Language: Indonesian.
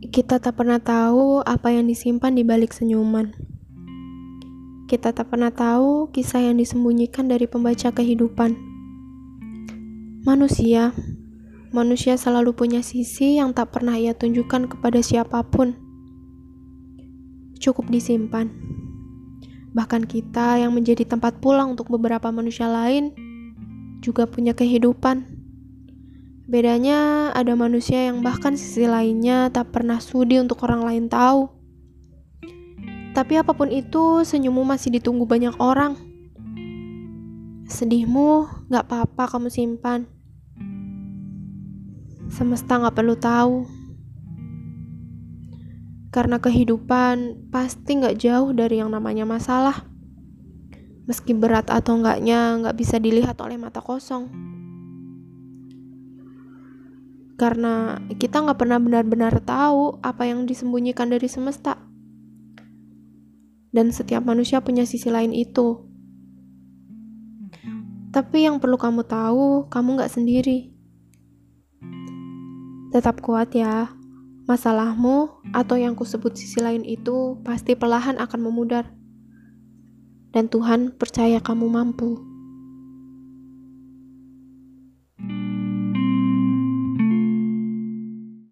Kita tak pernah tahu apa yang disimpan di balik senyuman. Kita tak pernah tahu kisah yang disembunyikan dari pembaca kehidupan. Manusia selalu punya sisi yang tak pernah ia tunjukkan kepada siapapun. Cukup disimpan. Bahkan kita yang menjadi tempat pulang untuk beberapa manusia lain juga punya kehidupan. Bedanya ada manusia yang bahkan sisi lainnya tak pernah sudi untuk orang lain tahu. Tapi apapun itu, senyummu masih ditunggu banyak orang. Sedihmu gak apa-apa kamu simpan. Semesta gak perlu tahu. Karena kehidupan pasti gak jauh dari yang namanya masalah. Meski berat atau enggaknya gak bisa dilihat oleh mata kosong. Karena kita gak pernah benar-benar tahu apa yang disembunyikan dari semesta. Dan setiap manusia punya sisi lain itu. Tapi yang perlu kamu tahu, kamu gak sendiri. Tetap kuat ya. Masalahmu atau yang kusebut sisi lain itu pasti perlahan akan memudar. Dan Tuhan percaya kamu mampu.